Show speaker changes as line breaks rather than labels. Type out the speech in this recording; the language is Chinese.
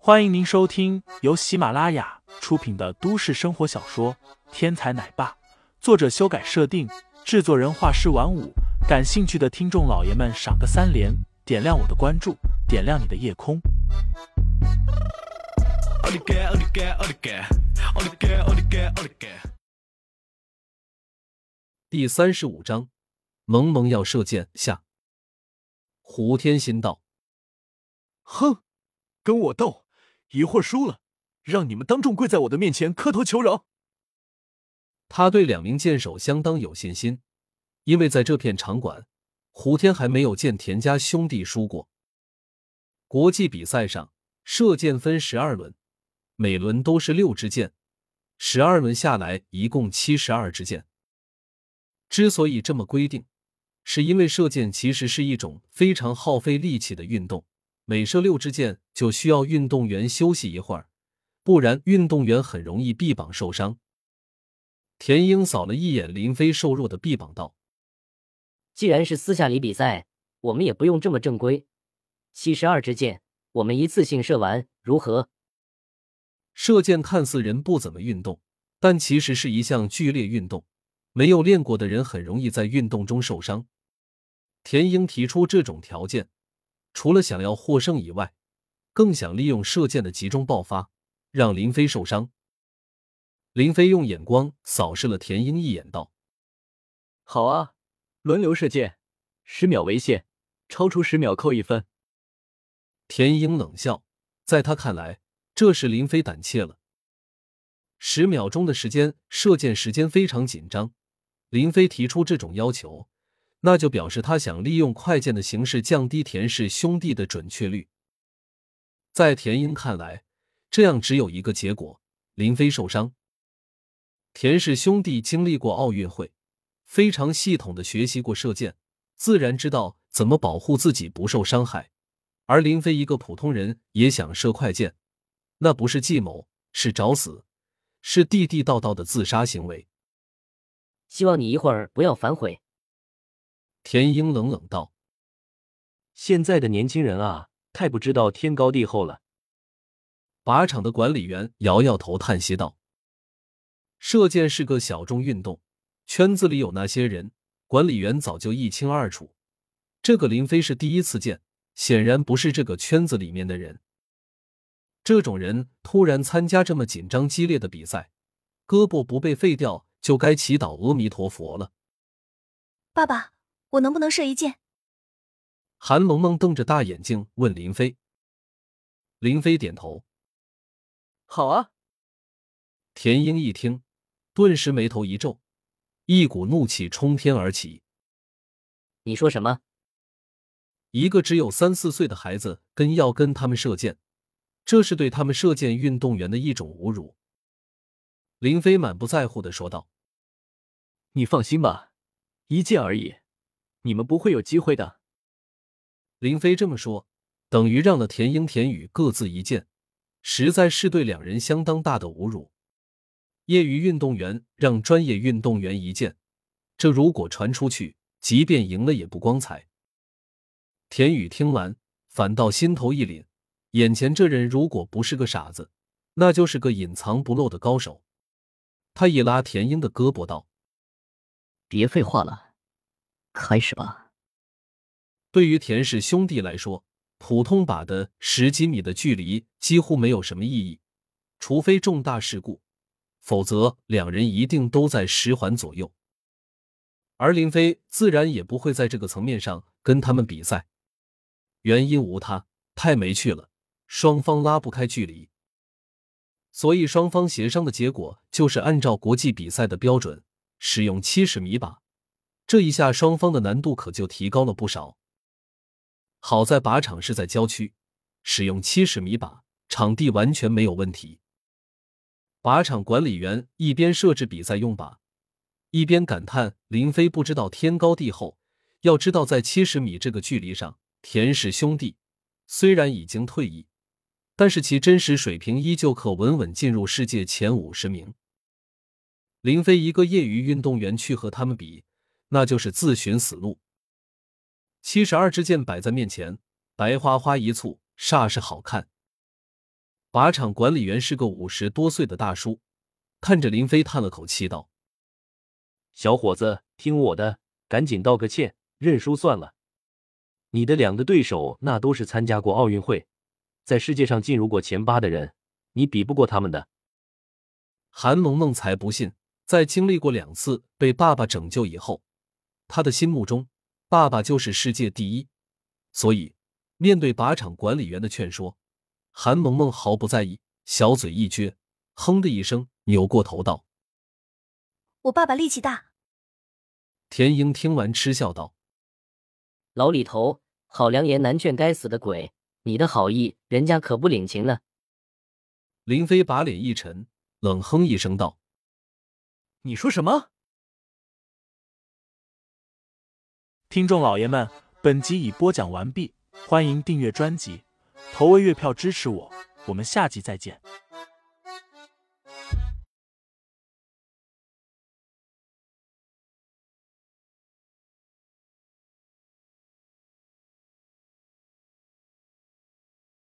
欢迎您收听由喜马拉雅出品的都市生活小说《天才奶爸》，作者修改设定，制作人画师晚舞。感兴趣的听众老爷们赏个3连，点亮我的关注，点亮你的夜空。
第35章，萌萌要射箭下。胡天心道：
哼，跟我斗，一会儿输了，让你们当众跪在我的面前磕头求饶。
他对2名箭手相当有信心，因为在这片场馆，胡天还没有见田家兄弟输过。国际比赛上，射箭分12轮，每轮都是6支箭，12轮下来一共72支箭。之所以这么规定，是因为射箭其实是一种非常耗费力气的运动，每射6支箭就需要运动员休息一会儿，不然运动员很容易臂膀受伤。田英扫了一眼林飞瘦弱的臂膀道：
既然是私下里比赛，我们也不用这么正规，72支箭我们一次性射完，如何？
射箭看似人不怎么运动，但其实是一项剧烈运动，没有练过的人很容易在运动中受伤。田英提出这种条件，除了想要获胜以外，更想利用射箭的集中爆发，让林飞受伤。林飞用眼光扫视了田英一眼道：
好啊，轮流射箭，10秒为限，超出10秒扣1分。
田英冷笑，在他看来，这是林飞胆怯了。10秒钟的时间，射箭时间非常紧张，林飞提出这种要求，那就表示他想利用快箭的形式降低田氏兄弟的准确率。在田英看来，这样只有一个结果，林飞受伤。田氏兄弟经历过奥运会，非常系统的学习过射箭，自然知道怎么保护自己不受伤害。而林飞一个普通人也想射快箭，那不是计谋，是找死，是地地道道的自杀行为。
希望你一会儿不要反悔。
田英冷冷道：
现在的年轻人啊，太不知道天高地厚了。
靶场的管理员摇摇头叹息道：射箭是个小众运动，圈子里有那些人，管理员早就一清二楚。这个林飞是第一次见，显然不是这个圈子里面的人。这种人突然参加这么紧张激烈的比赛，胳膊不被废掉就该祈祷阿弥陀佛了。
爸爸，我能不能射一箭？
韩萌萌瞪着大眼睛问林飞。林飞点头。
好啊。
田英一听，顿时眉头一皱，一股怒气冲天而起。
你说什么？
一个只有3、4岁的孩子要跟他们射箭，这是对他们射箭运动员的一种侮辱。林飞满不在乎地说道：
你放心吧，一箭而已，你们不会有机会的。
林飞这么说，等于让了田英、田宇各自一箭，实在是对2人相当大的侮辱。业余运动员让专业运动员一箭，这如果传出去，即便赢了也不光彩。田宇听完，反倒心头一凛，眼前这人如果不是个傻子，那就是个隐藏不露的高手。他一拉田英的胳膊道：
别废话了，开始吧。
对于田氏兄弟来说，普通靶的10几米的距离几乎没有什么意义，除非重大事故，否则2人一定都在10环左右。而林飞自然也不会在这个层面上跟他们比赛，原因无他，太没趣了，双方拉不开距离。所以双方协商的结果就是按照国际比赛的标准，使用70米靶。这一下双方的难度可就提高了不少。好在靶场是在郊区，使用70米靶，场地完全没有问题。靶场管理员一边设置比赛用靶，一边感叹林飞不知道天高地厚。要知道在70米这个距离上，田氏兄弟虽然已经退役，但是其真实水平依旧可稳稳进入世界前50名。林飞一个业余运动员去和他们比，那就是自寻死路。72支箭摆在面前，白花花一簇，煞是好看。 靶场管理员是个50多岁的大叔，看着林飞叹了口气道：“
小伙子，听我的，赶紧道个歉，认输算了。你的2个对手那都是参加过奥运会，在世界上进入过前8的人，你比不过他们的。”
韩萌萌才不信，在经历过2次被爸爸拯救以后，他的心目中爸爸就是世界第一，所以面对靶场管理员的劝说，韩萌萌毫不在意，小嘴一撅，哼的一声扭过头道：“
我爸爸力气大。”
田英听完嗤笑道：“
老李头，好良言难劝该死的鬼，你的好意人家可不领情了。”
林飞把脸一沉，冷哼一声道：“
你说什么？”
听众老爷们，本集已播讲完毕，欢迎订阅专辑，投喂月票支持我，我们下集再见。